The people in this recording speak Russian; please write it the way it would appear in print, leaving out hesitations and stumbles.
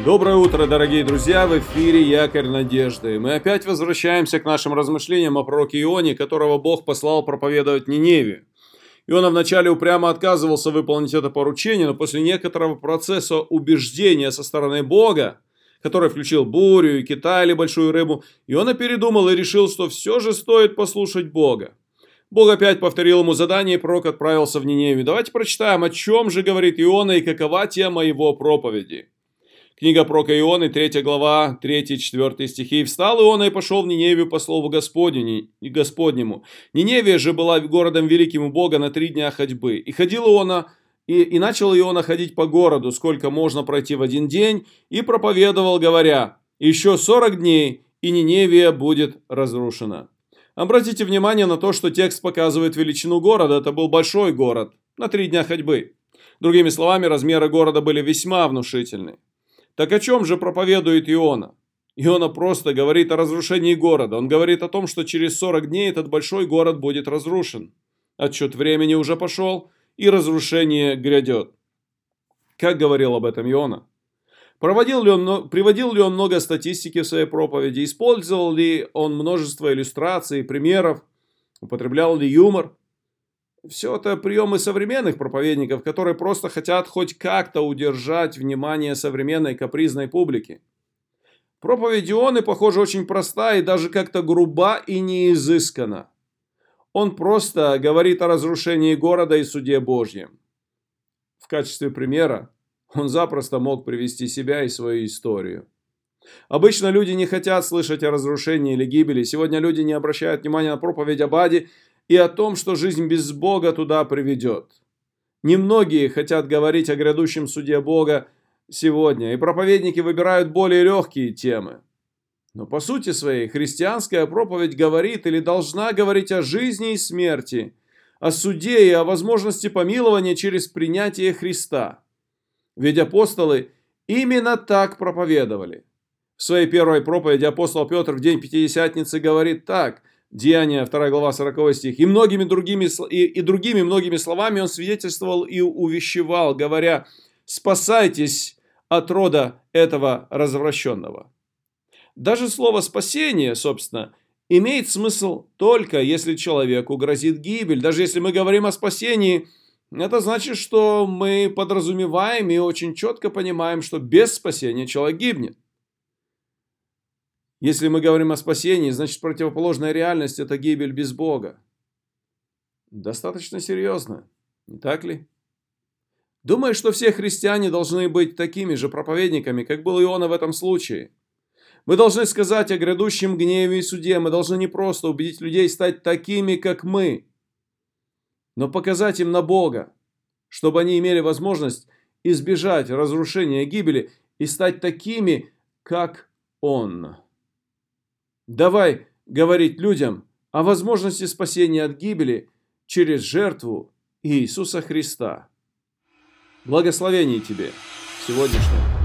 Доброе утро, дорогие друзья! В эфире Якорь Надежды. Мы опять возвращаемся к нашим размышлениям о пророке Ионе, которого Бог послал проповедовать Ниневе. Иона вначале упрямо отказывался выполнить это поручение, но после некоторого процесса убеждения со стороны Бога, который включил бурю и кита или большую рыбу, Иона передумал и решил, что все же стоит послушать Бога. Бог опять повторил ему задание, и пророк отправился в Ниневию. Давайте прочитаем, о чем же говорит Иона и какова тема его проповеди. Книга пророка Ионы, 3 глава, 3-4 стихи. «И встал Иона и пошел в Ниневию по слову Господнему. Ниневия же была городом великим у Бога на 3 дня ходьбы. И ходил Иона, и начал Иона ходить по городу, сколько можно пройти в один день, и проповедовал, говоря: еще 40 дней, и Ниневия будет разрушена». Обратите внимание на то, что текст показывает величину города. Это был большой город, на 3 дня ходьбы. Другими словами, размеры города были весьма внушительны. Так о чем же проповедует Иона? Иона просто говорит о разрушении города. Он говорит о том, что через 40 дней этот большой город будет разрушен. Отсчет времени уже пошел, и разрушение грядет. Как говорил об этом Иона? Приводил ли он много статистики в своей проповеди? Использовал ли он множество иллюстраций, примеров? Употреблял ли юмор? Все это приемы современных проповедников, которые просто хотят хоть как-то удержать внимание современной капризной публики. Проповедь Ионы, похоже, очень проста и даже как-то груба и неизысканна. Он просто говорит о разрушении города и суде Божьем. В качестве примера он запросто мог привести себя и свою историю. Обычно люди не хотят слышать о разрушении или гибели. Сегодня люди не обращают внимания на проповедь об аде и о том, что жизнь без Бога туда приведет. Немногие хотят говорить о грядущем суде Бога сегодня, и проповедники выбирают более легкие темы. Но по сути своей христианская проповедь говорит или должна говорить о жизни и смерти, о суде и о возможности помилования через принятие Христа. Ведь апостолы именно так проповедовали. В своей первой проповеди апостол Петр в день Пятидесятницы говорит так: Деяния, 2 глава, 40 стих. И другими многими словами он свидетельствовал и увещевал, говоря: спасайтесь от рода этого развращенного. Даже слово «спасение», собственно, имеет смысл только если человеку грозит гибель. Даже если мы говорим о спасении, это значит, что мы подразумеваем и очень четко понимаем, что без спасения человек гибнет. Если мы говорим о спасении, значит противоположная реальность – это гибель без Бога. Достаточно серьезно, не так ли? Думаю, что все христиане должны быть такими же проповедниками, как был Иона в этом случае. Мы должны сказать о грядущем гневе и суде. Мы должны не просто убедить людей стать такими, как мы, но показать им на Бога, чтобы они имели возможность избежать разрушения и гибели и стать такими, как Он. Давай говорить людям о возможности спасения от гибели через жертву Иисуса Христа. Благословений тебе сегодняшнего.